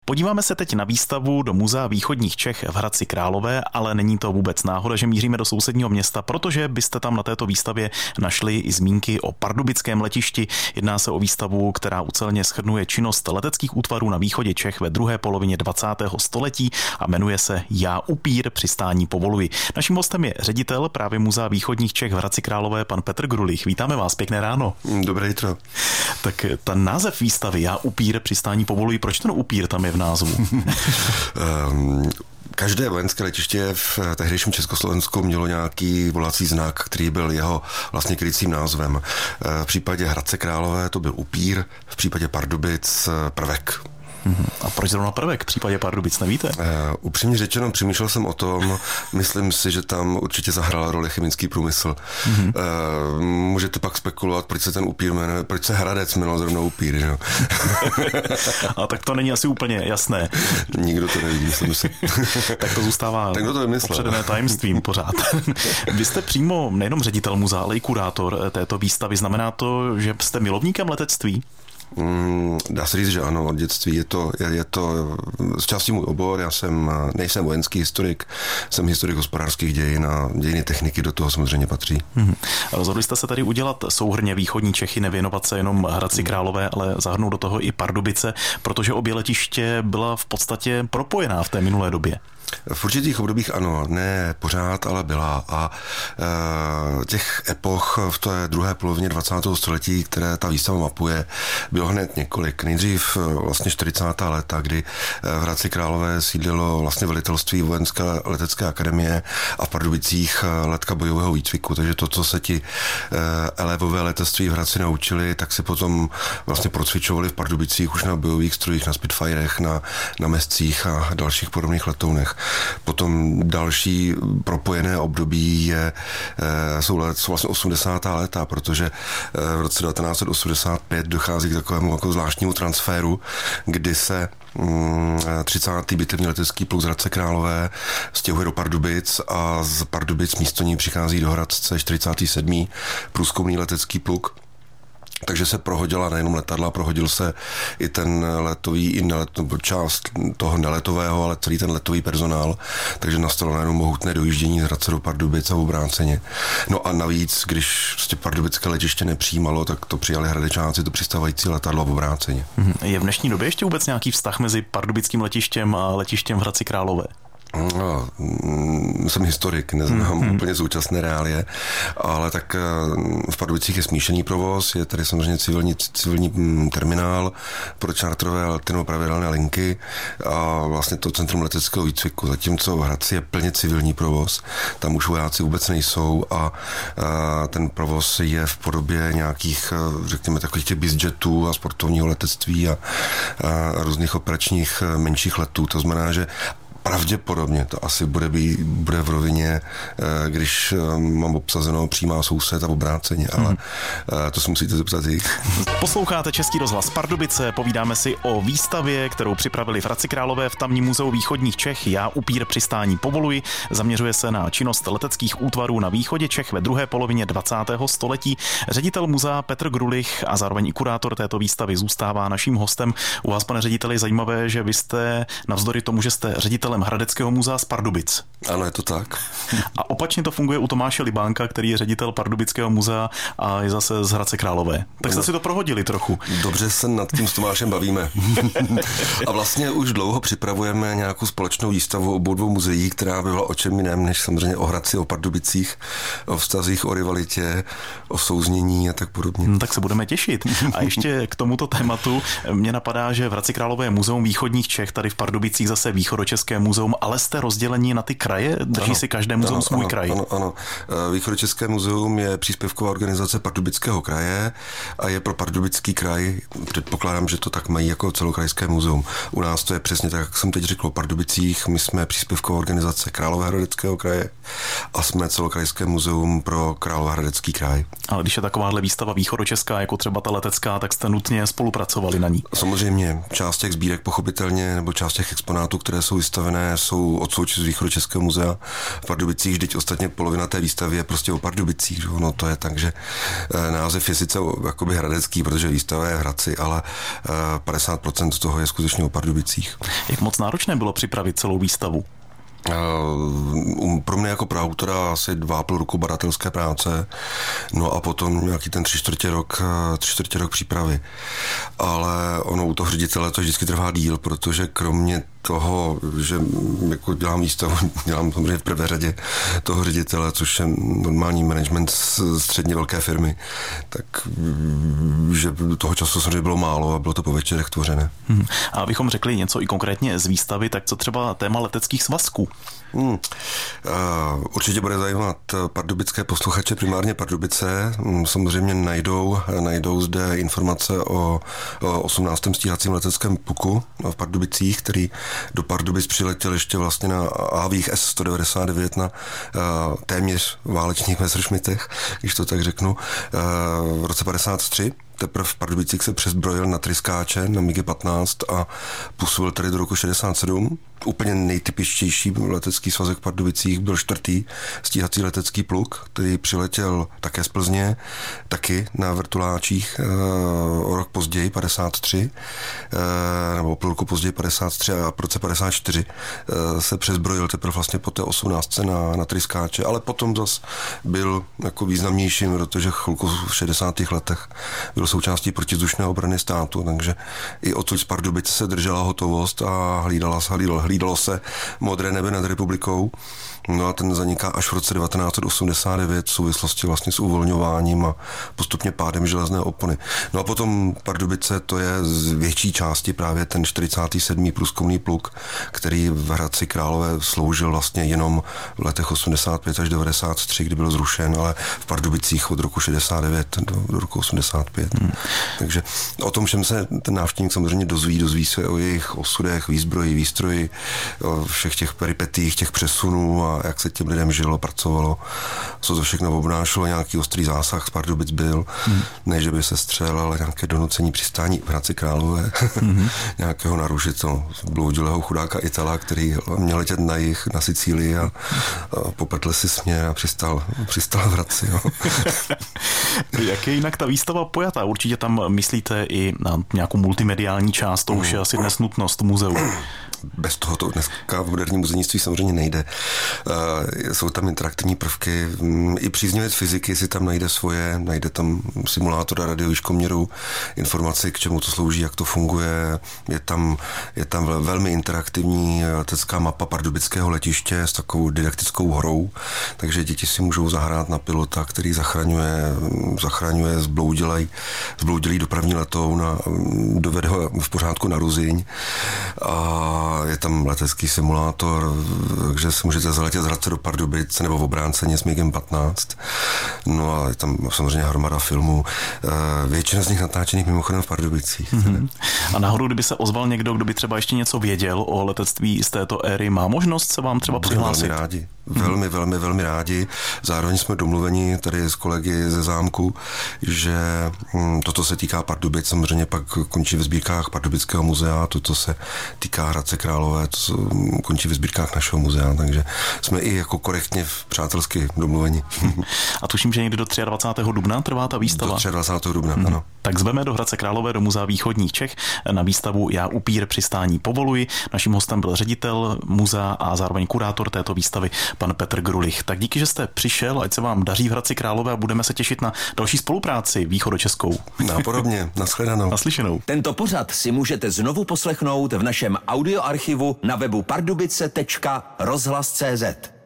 Podíváme se teď na výstavu do Muzea východních Čech v Hradci Králové, ale není to vůbec náhoda, že míříme do sousedního města, protože byste tam na této výstavě našli i zmínky o pardubickém letišti. Jedná se o výstavu, která uceleně shrnuje činnost leteckých útvarů na východě Čech ve druhé polovině 20. století a jmenuje se Já upír, přistání povoluji. Naším hostem je ředitel právě Muzea východních Čech v Hradci Králové, pan Petr Grulich. Vítáme vás, pěkné ráno. Dobré jitro. Tak ten název výstavy Já upír, přistání povoluji, proč ten upír tam je v názvu? Každé vojenské letiště v tehdejším Československu mělo nějaký volací znak, který byl jeho vlastně krycím názvem. V případě Hradce Králové to byl upír, v případě Pardubic prvek. A proč zrovna prvek v případě Pardubic, nevíte? Upřímně řečeno, přemýšlel jsem o tom, myslím si, že tam určitě zahrál roli chemický průmysl. Můžete pak spekulovat, proč se ten upír jmenuje, proč se Hradec jmenoval zrovna upír, že? A tak to není asi úplně jasné. Nikdo to neví, myslím si. Tak to zůstává popředené tajemstvím pořád. Vy jste přímo nejenom ředitel muzea, ale i kurátor této výstavy. Znamená to, že jste milovníkem letectví? Dá se říct, že ano, od dětství. Je to z části můj obor, nejsem vojenský historik, jsem historik hospodářských dějin a dějiny techniky do toho samozřejmě patří. Rozhodli jste se tady udělat souhrnně východní Čechy, nevěnovat se jenom Hradci Králové, ale zahrnout do toho i Pardubice, protože obě letiště byla v podstatě propojená v té minulé době. V určitých obdobích ano, ne pořád, ale byla. A těch epoch v té druhé polovině 20. století, které ta výstava mapuje, bylo hned několik. Nejdřív vlastně 40. léta, kdy v Hradci Králové sídlilo vlastně velitelství vojenské letecké akademie a v Pardubicích letka bojového výcviku. Takže to, co se ti elevové letectví v Hradci naučili, tak si potom vlastně procvičovali v Pardubicích už na bojových strojích, na Spitfirech, na Mescích a dalších podobných letounech. Potom další propojené období jsou vlastně 80. léta, protože v roce 1985 dochází k takovému jako zvláštnímu transferu, kdy se 30. bitevní letecký pluk z Hradce Králové stěhuje do Pardubic a z Pardubic místo ní přichází do Hradce 47. průzkumný letecký pluk. Takže se prohodila nejenom letadla, prohodil se i ten letový, část toho neletového, ale celý ten letový personál. Takže nastalo najednou mohutné dojíždění z Hradce do Pardubic a obráceně. No a navíc, když prostě pardubické letiště nepřijímalo, tak to přijali Hradečáci, to přistávající letadlo obráceně. Je v dnešní době ještě vůbec nějaký vztah mezi pardubickým letištěm a letištěm v Hradci Králové? No, jsem historik, neznám úplně současné reálie, ale tak v Pardubicích je smíšený provoz, je tady samozřejmě civilní terminál pro čartrové nebo pravidelné linky a vlastně to centrum leteckého výcviku, zatímco v Hradci je plně civilní provoz, tam už vojáci vůbec nejsou a ten provoz je v podobě nějakých, řekněme, takových těch bizjetů a sportovního letectví a různých operačních menších letů, to znamená, že pravděpodobně to asi bude v rovině, když mám obsazeno přímá soused a obráceně, ale to si musíte zeptat jich. Posloucháte Český rozhlas Pardubice, povídáme si o výstavě, kterou připravili v Hradci Králové v tamním muzeu východních Čech Já upír, přistání povoluji. Zaměřuje se na činnost leteckých útvarů na východě Čech ve druhé polovině 20. století. Ředitel muzea Petr Grulich a zároveň i kurátor této výstavy zůstává naším hostem. U vás, pane řediteli, je zajímavé, že vy jste navzdory tomu, že jste ředitelem Hradeckého muzea z Pardubic. Ano, je to tak. A opačně to funguje u Tomáše Libánka, který je ředitel Pardubického muzea a je zase z Hradce Králové. Tak jste si to prohodili trochu. Dobře se nad tím s Tomášem bavíme. A vlastně už dlouho připravujeme nějakou společnou výstavu obou dvou muzeí, která by byla o čem jiném, než samozřejmě o Hradci, o Pardubicích, o vztazích, o rivalitě, o souznění a tak podobně. Tak se budeme těšit. A ještě k tomuto tématu mě napadá, že v Hradci Králové je muzeum východních Čech, tady v Pardubicích zase východočeské muzeum, ale jste rozdělení na ty kraje? Drží si každé muzeum svůj kraj? Ano. Východočeské muzeum je příspěvková organizace Pardubického kraje a je pro Pardubický kraj. Předpokládám, že to tak mají jako celokrajské muzeum. U nás to je přesně tak, jak jsem teď řekl o Pardubicích. My jsme příspěvková organizace Královéhradeckého kraje a jsme celokrajské muzeum pro Královéhradecký kraj. Ale když je takováhle výstava východočeská, jako třeba ta letecká, tak jste nutně spolupracovali na ní? Samozřejmě. Část těch sbírek pochopitelně, nebo část těch exponátů, které jsou vystaveny vystavené, jsou odsouči z Východočeského muzea v Pardubicích, vždyť ostatně polovina té výstavy je prostě o Pardubicích. No to je tak, že název je sice jakoby hradecký, protože výstava je v Hradci, ale 50% z toho je skutečně o Pardubicích. Jak moc náročné bylo připravit celou výstavu? Pro mě jako pro autora asi 2,5 roku badatelské práce, no a potom nějaký ten 3/4 rok přípravy. Ale ono u toho ředitele to vždycky trvá díl, protože kromě toho, že jako dělám výstavu, dělám samozřejmě v prvé řadě toho ředitele, což je normální management středně velké firmy, tak že toho času samozřejmě bylo málo a bylo to po večerech tvořené. A abychom řekli něco i konkrétně z výstavy, tak co třeba téma leteckých svazků? Určitě bude zajímat pardubické posluchače, primárně Pardubice. Samozřejmě najdou zde informace o 18. stíhacím leteckém pluku v Pardubicích, který do Pardubic přiletěl ještě vlastně na Avích S-199 na téměř válečných Messerschmittech, když to tak řeknu, v roce 53. Teprve v Pardubicích se přezbrojil na tryskáče, na MiG-15 a působil tady do roku 67. Úplně nejtypičtější letecký svazek v Pardubicích byl 4. stíhací letecký pluk, který přiletěl také z Plzně, taky na vrtuláčích o rok později, 53, nebo půl roku později 53 a v roce 54 se přezbrojil teprve vlastně po té 18. na tryskáče, ale potom zas byl jako významnějším, protože chvilku v 60. letech byl součástí protivzdušné obrany státu, takže i odtud z Pardubice se držela hotovost a hlídalo se modré nebe nad republikou. No a ten zaniká až v roce 1989 v souvislosti vlastně s uvolňováním a postupně pádem železné opony. No a potom Pardubice, to je z větší části právě ten 47. průzkumný pluk, který v Hradci Králové sloužil vlastně jenom v letech 85 až 93, kdy byl zrušen, ale v Pardubicích od roku 69 do roku 85. Takže o tom všem se ten návštěvník samozřejmě dozví se o jejich osudech, výzbroji, výstroji, o všech těch peripetích, těch přesunů a jak se těm lidem žilo, pracovalo, co to všechno obnášelo, nějaký ostrý zásah z Pardubic byl, ne, že by se střelil, ale nějaké donucení přistání v Hradci Králové, nějakého narušit bloudilého chudáka Itala, který měl letět na jih, na Sicílii a popetl si směr a přistal v Hradci. Jo. Jak je jinak ta výstava pojatá? Určitě tam myslíte i na nějakou multimediální část, to už je asi dnes nutnost muzeu. Bez toho to dneska v moderním muzejnictví samozřejmě nejde. Jsou tam interaktivní prvky, i příznivec fyziky si tam najde tam simulátor radiovýškoměru, informaci, k čemu to slouží, jak to funguje. Je tam velmi interaktivní letecká mapa pardubického letiště s takovou didaktickou hrou, takže děti si můžou zahrát na pilota, který zachraňuje zbloudilý dopravní letoun a dovede ho v pořádku na Ruzyň. A je tam letecký simulátor, takže si můžete zaletět z Hradce do Pardubic nebo v obráceně s MiGem-15. No a je tam samozřejmě hromada filmů. Většina z nich natáčených mimochodem v Pardubicích. A náhodou, kdyby se ozval někdo, kdo by třeba ještě něco věděl o letectví z této éry, má možnost se vám třeba přihlásit? Velmi rádi. Velmi rádi. Zároveň jsme domluveni tady s kolegy ze zámku, že toto se týká Pardubic, samozřejmě pak končí ve sbírkách Pardubického muzea, toto se týká Hradce Králové, to končí ve sbírkách našeho muzea, takže jsme i jako korektně přátelsky domluveni. A tuším, že někdy do 23. dubna trvá ta výstava? Do 23. dubna, ano. Tak zveme do Hradce Králové do Muzea východních Čech na výstavu Já upír přistání povoluji. Naším hostem byl ředitel muzea a zároveň kurátor této výstavy, pan Petr Grulich. Tak díky, že jste přišel, ať se vám daří v Hradci Králové a budeme se těšit na další spolupráci východočeskou. Nápodobně, nashledanou. Naslyšenou. Tento pořad si můžete znovu poslechnout v našem audioarchivu na webu pardubice.rozhlas.cz.